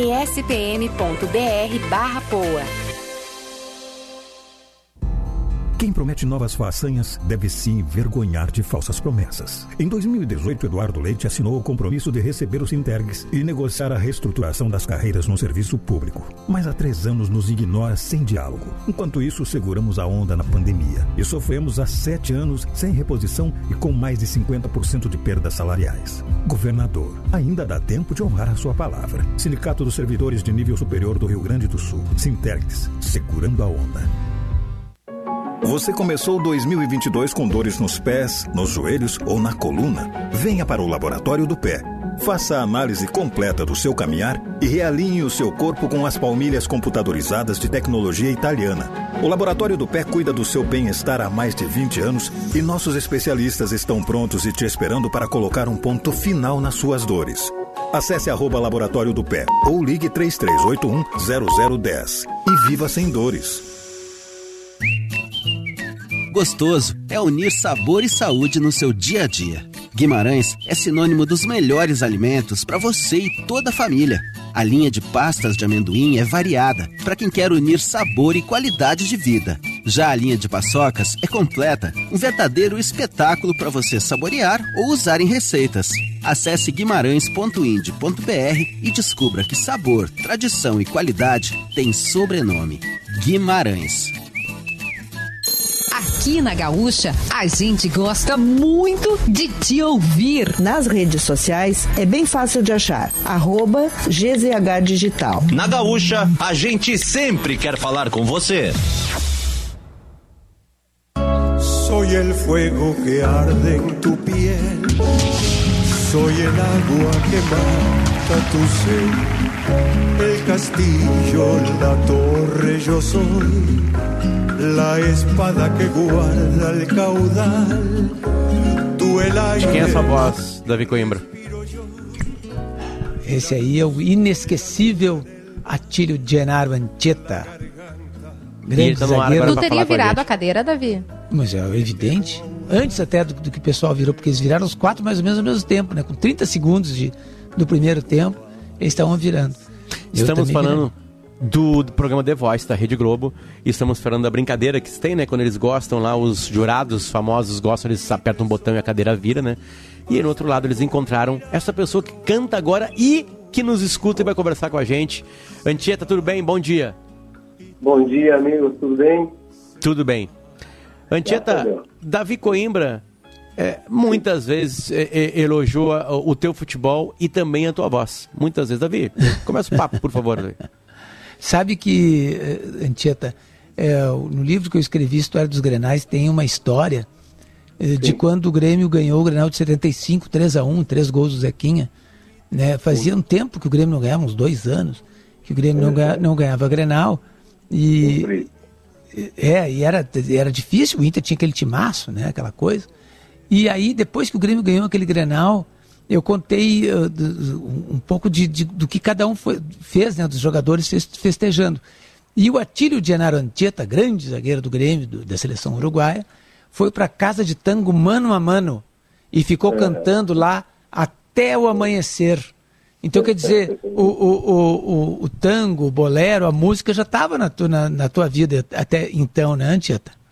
espm.br/poa. Quem promete novas façanhas deve se envergonhar de falsas promessas. Em 2018, Eduardo Leite assinou o compromisso de receber os Sintergs e negociar a reestruturação das carreiras no serviço público. Mas há 3 anos nos ignora sem diálogo. Enquanto isso, seguramos a onda na pandemia e sofremos há 7 anos sem reposição e com mais de 50% de perdas salariais. Governador, ainda dá tempo de honrar a sua palavra. Sindicato dos Servidores de Nível Superior do Rio Grande do Sul. Sintergs, segurando a onda. Você começou 2022 com dores nos pés, nos joelhos ou na coluna? Venha para o Laboratório do Pé. Faça a análise completa do seu caminhar e realinhe o seu corpo com as palmilhas computadorizadas de tecnologia italiana. O Laboratório do Pé cuida do seu bem-estar há mais de 20 anos e nossos especialistas estão prontos e te esperando para colocar um ponto final nas suas dores. Acesse @Laboratório do Pé ou ligue 3381-0010 e viva sem dores. Gostoso é unir sabor e saúde no seu dia a dia. Guimarães é sinônimo dos melhores alimentos para você e toda a família. A linha de pastas de amendoim é variada para quem quer unir sabor e qualidade de vida. Já a linha de paçocas é completa, um verdadeiro espetáculo para você saborear ou usar em receitas. Acesse guimarães.ind.br e descubra que sabor, tradição e qualidade têm sobrenome. Guimarães. Aqui na Gaúcha, a gente gosta muito de te ouvir. Nas redes sociais é bem fácil de achar. @GZH Digital. Na Gaúcha, a gente sempre quer falar com você. Soy el fuego que arde en tu piel. Soy el agua que mata tu sed. El castillo, la torre, yo soy. La espada que guarda el caudal. Tu el aire. De quem é essa voz, Davi Coimbra? Esse aí é o inesquecível Atílio Gennaro Anchieta. Grande zagueiro. Tu teria virado a cadeira, Davi? Mas é evidente. Antes até do que o pessoal virou, porque eles viraram os 4 mais ou menos ao mesmo tempo, né? Com 30 segundos do primeiro tempo, eles estavam virando. Estamos falando do programa The Voice da Rede Globo e estamos falando da brincadeira que tem, né? Quando eles gostam lá, os jurados famosos gostam, eles apertam um botão e a cadeira vira, né? E aí, no outro lado eles encontraram essa pessoa que canta agora e que nos escuta e vai conversar com a gente. Anchieta, tudo bem? Bom dia. Bom dia, amigos, tudo bem? Tudo bem. Anchieta, Davi Coimbra muitas vezes elogiou o teu futebol e também a tua voz. Muitas vezes. Davi, começa o papo, por favor. Davi. Sabe que, Anchieta, no livro que eu escrevi, História dos Grenais, tem uma história de quando o Grêmio ganhou o Grenal de 75, 3-1, 3 gols do Zequinha. Né? Fazia um tempo que o Grêmio não ganhava, uns 2 anos, que o Grêmio não ganhava Grenal. E era difícil, o Inter tinha aquele timaço, né? Aquela coisa. E aí, depois que o Grêmio ganhou aquele Grenal, eu contei um pouco do que cada um fez, né? Dos jogadores festejando. E o Atílio Gennaro Anchieta, grande zagueiro do Grêmio, da seleção uruguaia, foi para a casa de tango mano a mano e ficou cantando lá até o amanhecer. Então, quer dizer, o tango, o bolero, a música já estava na tua vida até então, né, Anchieta?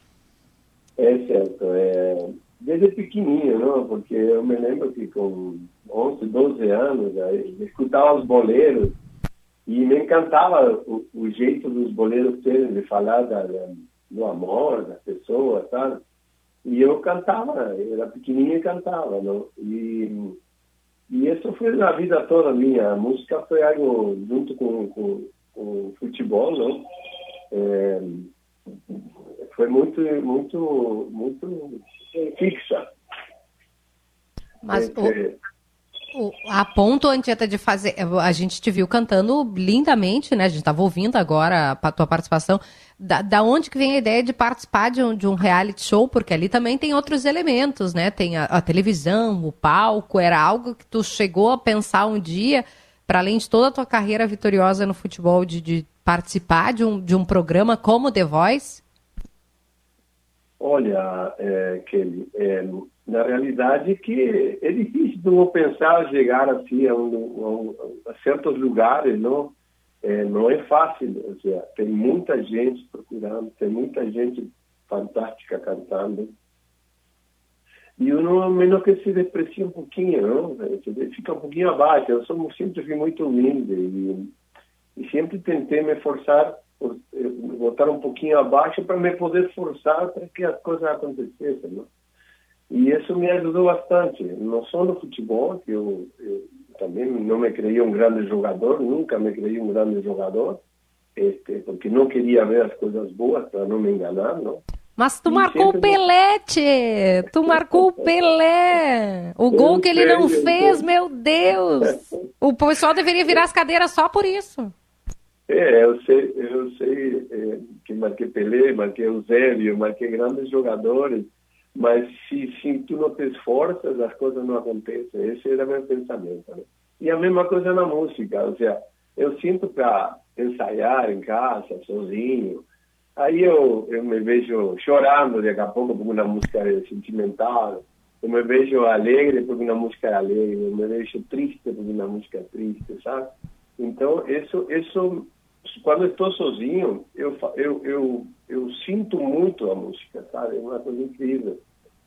É certo. Desde pequenininho, não? Porque eu me lembro que com 11, 12 anos, eu escutava os boleros e me encantava o jeito dos boleros terem de falar do amor, das pessoas, sabe? E eu cantava, eu era pequenininho e cantava, não? E isso foi a vida toda minha. A música foi algo junto com o futebol, não? Foi muito fixa. Mas a ponto, Anchieta, de fazer... A gente te viu cantando lindamente, né? A gente estava ouvindo agora a tua participação. Da onde que vem a ideia de participar de um reality show? Porque ali também tem outros elementos, né? Tem a televisão, o palco. Era algo que tu chegou a pensar um dia, para além de toda a tua carreira vitoriosa no futebol, de participar de um programa como The Voice? Olha, Kelly, na realidade que é difícil de não pensar chegar assim a certos lugares, não? Não é fácil, ou seja, tem muita gente procurando, tem muita gente fantástica cantando. E uno, menos que se desprecia um pouquinho, não? Fica um pouquinho abaixo. Eu sempre fui muito humilde e sempre tentei me forçar, botar um pouquinho abaixo para me poder forçar para que as coisas acontecessem, não? E isso me ajudou bastante, não só no futebol, que eu também não me creio um grande jogador, nunca me creio um grande jogador, porque não queria ver as coisas boas para não me enganar, não? Mas tu marcou o Pelé, tchê! Tu marcou o Pelé! O gol que ele não fez, meu Deus! O pessoal deveria virar as cadeiras só por isso. Eu sei que marquei Pelé, marquei Eusébio, marquei grandes jogadores, mas se tu não te esforças, as coisas não acontecem. Esse era meu pensamento, né? E a mesma coisa na música, ou seja, eu sinto para ensaiar em casa, sozinho, aí eu me vejo chorando daqui a pouco porque uma música é sentimental, eu me vejo alegre porque uma música é alegre, eu me vejo triste porque uma música é triste, sabe? Então, isso quando estou sozinho, eu sinto muito a música, sabe? É uma coisa incrível.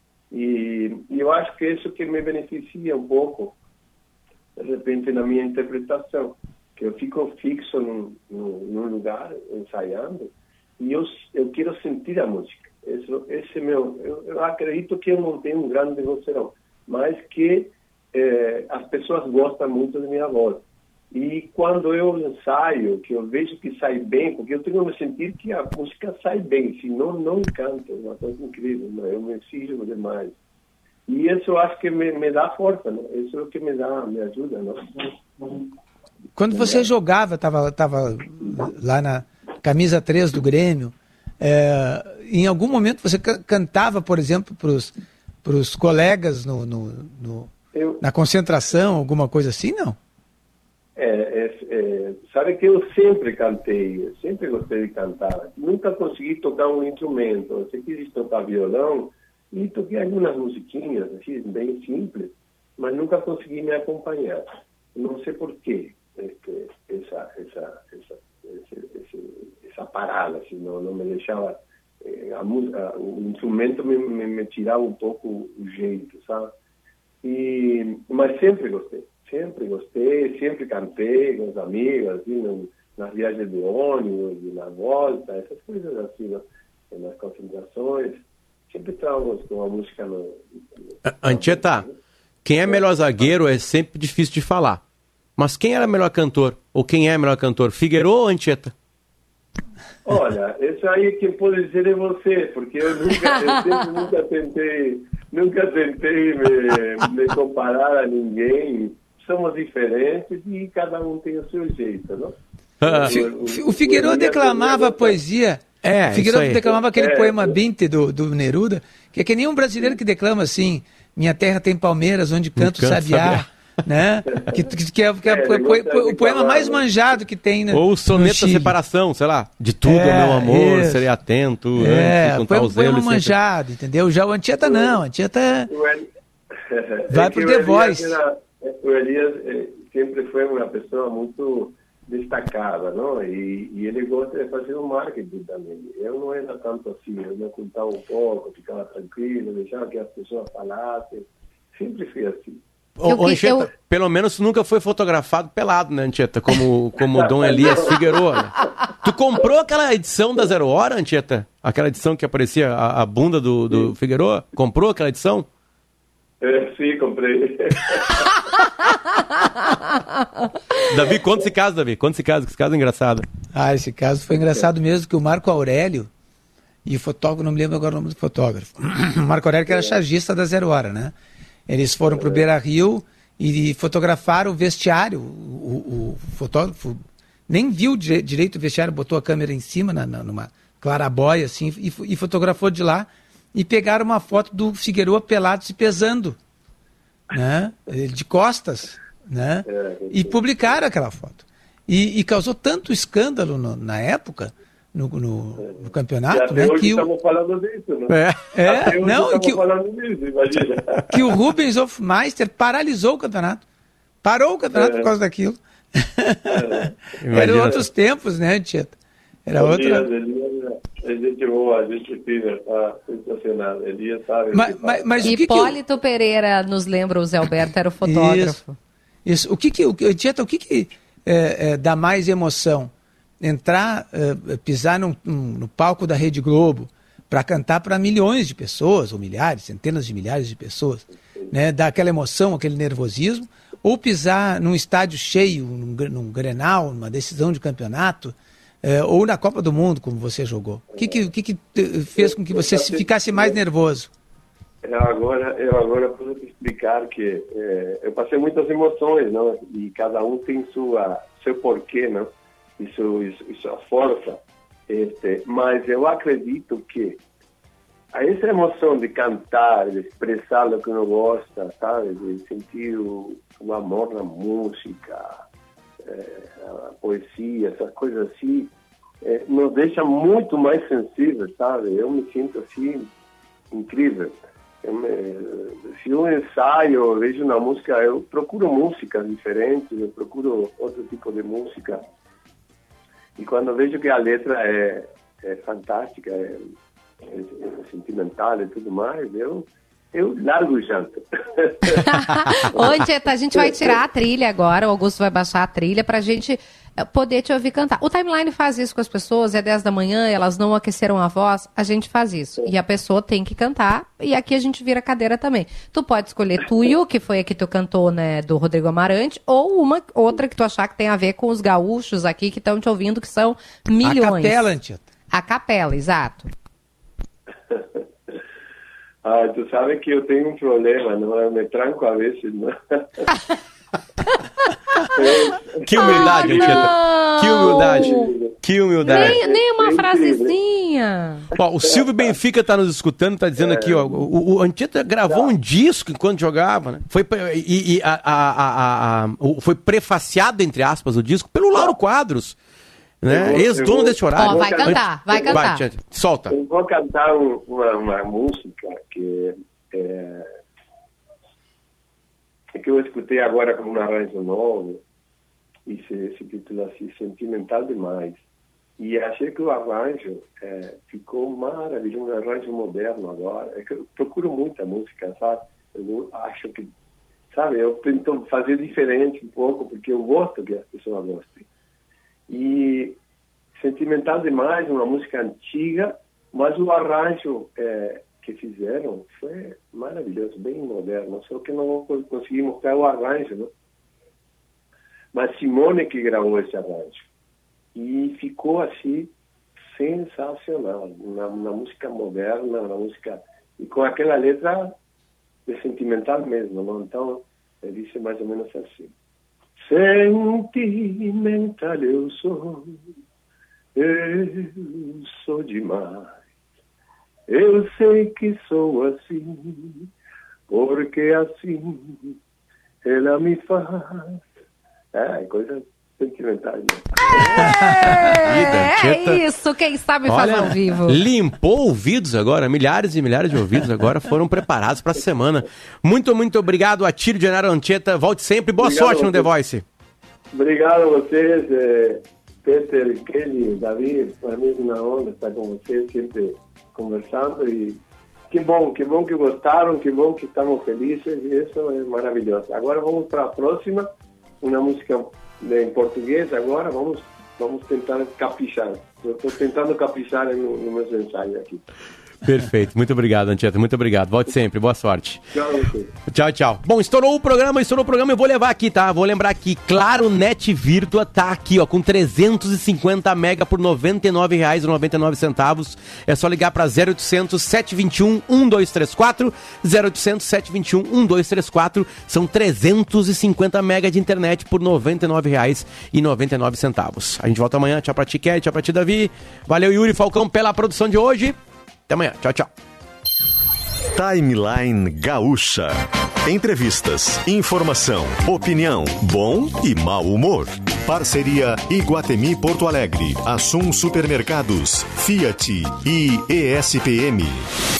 E eu acho que isso que me beneficia um pouco, de repente, na minha interpretação, que eu fico fixo num lugar, ensaiando, e eu quero sentir a música. Esse meu, eu acredito que eu não tenho um grande vocerão, mas que as pessoas gostam muito da minha voz. E quando eu ensaio, que eu vejo que sai bem, porque eu tenho que sentir que a música sai bem, senão não canto, é uma coisa incrível, né? Eu me exijo demais. E isso eu acho que me dá força, né? Isso é o que me ajuda, né? Quando você jogava, estava lá na camisa 3 do Grêmio, em algum momento você cantava, por exemplo, para os colegas na concentração, alguma coisa assim, não? Sabe que eu sempre cantei, eu sempre gostei de cantar. Nunca consegui tocar um instrumento. Eu sempre quis tocar violão e toquei algumas musiquinhas, assim, bem simples, mas nunca consegui me acompanhar. Não sei por quê, essa parada, assim, não me deixava... o instrumento me tirava um pouco o jeito, sabe? Mas sempre gostei. Sempre cantei com os amigos, assim, nas viagens de ônibus, na volta, essas coisas assim, né? Nas concentrações. Sempre estávamos com a música no... Anchieta, quem é melhor zagueiro é sempre difícil de falar. Mas quem era melhor cantor? Ou quem é melhor cantor? Figueiredo ou Anchieta? Olha, isso aí quem pode dizer é você, porque eu sempre nunca tentei me comparar a ninguém. Somos diferentes e cada um tem o seu jeito, não? O Figueiredo declamava poesia. O Figueiredo declamava aquele poema Binte do Neruda, que é que nem um brasileiro que declama assim: minha terra tem palmeiras onde canto sabiá, né? Que é o poema mais manjado que tem. Ou o soneto da separação, sei lá, de tudo, meu amor, serei atento. Poema manjado, entendeu? Já o Anchieta não, Anchieta vai pro The Voice. O Elias sempre foi uma pessoa muito destacava, não? E ele gosta de fazer o marketing também. Eu não era tanto assim, eu me ocultava um pouco, ficava tranquilo, deixava que as pessoas falassem. Sempre fui assim. Anchieta, pelo menos tu nunca foi fotografado pelado, né, Anchieta? Como Dom Elias Figueroa. Né? Tu comprou aquela edição da 0 Hora, Anchieta? Aquela edição que aparecia a bunda do Figueroa? Comprou aquela edição? Sim, comprei. Davi, conta esse caso, Davi. Conta esse caso, que esse caso é engraçado. Esse caso foi engraçado mesmo, que o Marco Aurélio e o fotógrafo, não me lembro agora o nome do fotógrafo, o Marco Aurélio, que era chargista da 0 Hora, né? Eles foram pro Beira-Rio e fotografaram o vestiário. O fotógrafo nem viu direito o vestiário, botou a câmera em cima, numa clarabóia, assim, e fotografou de lá. E pegaram uma foto do Figueroa pelado se pesando, né? De costas, né? E publicaram aquela foto. E causou tanto escândalo na época, no campeonato, né? Que estamos falando disso, né? Que o Rubens Hofmeister paralisou o campeonato. Parou o campeonato por causa daquilo. Eram outros tempos, né, Tieta? Era outra... A gente boa, a gente fina, tá sensacional. Elias sabe. Mas Hipólito Pereira nos lembra, o Zé Alberto era o fotógrafo. Isso. Tieta, o que dá mais emoção? Entrar, pisar no palco da Rede Globo para cantar para milhões de pessoas, ou milhares, centenas de milhares de pessoas, né? Dar aquela emoção, aquele nervosismo, ou pisar num estádio cheio, num Grenal, numa decisão de campeonato, ou na Copa do Mundo, como você jogou? O que fez com que você ficasse mais nervoso? Eu agora posso te explicar que eu passei muitas emoções, não? E cada um tem seu porquê, não? E sua força. Mas eu acredito que essa emoção de cantar, de expressar o que uno gosta, sabe? De sentir o amor na música, a poesia, essas coisas assim, nos deixa muito mais sensíveis, sabe? Eu me sinto assim, incrível. Se eu ensaio, eu vejo na música, eu procuro músicas diferentes, eu procuro outro tipo de música. E quando vejo que a letra é fantástica, é sentimental e tudo mais, eu largo o janto. Ô, Tieta, a gente vai tirar a trilha agora, o Augusto vai baixar a trilha pra gente poder te ouvir cantar. O Timeline faz isso com as pessoas, é 10 da manhã, elas não aqueceram a voz, a gente faz isso. E a pessoa tem que cantar, e aqui a gente vira cadeira também. Tu pode escolher Tuyo, que foi a que tu cantou, né, do Rodrigo Amarante, ou uma outra que tu achar que tem a ver com os gaúchos aqui que estão te ouvindo, que são milhões. A capela, Tieta. A capela, exato. Tu sabe que eu tenho um problema, não? Eu me tranco a vezes, não? Que humildade, Tieta. Que humildade. Nem uma frasezinha. Ó, o Silvio Benfica tá nos escutando, tá dizendo aqui, ó, o Anchieta gravou um disco enquanto jogava, né? Foi prefaciado, entre aspas, o disco pelo Lauro Quadros, né? Ex-dono desse horário. Ó, vai cantar. Vai, solta. Eu vou cantar uma música que eu escutei agora com um arranjo novo, e se titula assim, Sentimental Demais. E achei que o arranjo ficou maravilhoso, um arranjo moderno agora. É que eu procuro muita música, sabe? Eu acho que, sabe, eu tento fazer diferente um pouco, porque eu gosto que as pessoas gostem. E Sentimental Demais, uma música antiga, mas o arranjo que fizeram foi maravilhoso, bem moderno, só que não consegui mostrar o arranjo, né? Mas Simone que gravou esse arranjo. E ficou assim, sensacional, uma música moderna, uma música, e com aquela letra de sentimental mesmo, não? Então, ele disse mais ou menos assim: sentimental eu sou demais. Eu sei que sou assim, porque assim ela me faz. Coisa sentimental. É isso, quem sabe faz ao vivo. Limpou ouvidos agora, milhares e milhares de ouvidos agora foram preparados para a semana. Muito, muito obrigado, Atílio de Genaro Anchieta. Volte sempre, boa sorte no The Voice. Obrigado a vocês, Peter, Kelly, Davi. Para mim é uma honra estar com vocês, sempre conversando. E que bom que gostaram, que bom que estamos felizes. E isso é maravilhoso. Agora vamos para a próxima, uma música em português. Agora vamos tentar caprichar. Eu estou tentando caprichar no meu ensaio aqui. Perfeito, muito obrigado, Anchieta, muito obrigado, volte sempre, boa sorte. Tchau. Bom, estourou o programa, eu vou levar aqui, tá? Vou lembrar que Claro Net Virtua tá aqui, ó, com 350 mega por R$ 99,99. É só ligar para 0800 721 1234, 0800 721 1234, são 350 mega de internet por R$ 99,99. A gente volta amanhã, tchau pra ti, Kelly, tchau pra ti, Davi. Valeu, Yuri Falcão, pela produção de hoje. Até amanhã. Tchau. Timeline Gaúcha. Entrevistas, informação, opinião, bom e mau humor. Parceria Iguatemi Porto Alegre, Assum Supermercados, Fiat e ESPM.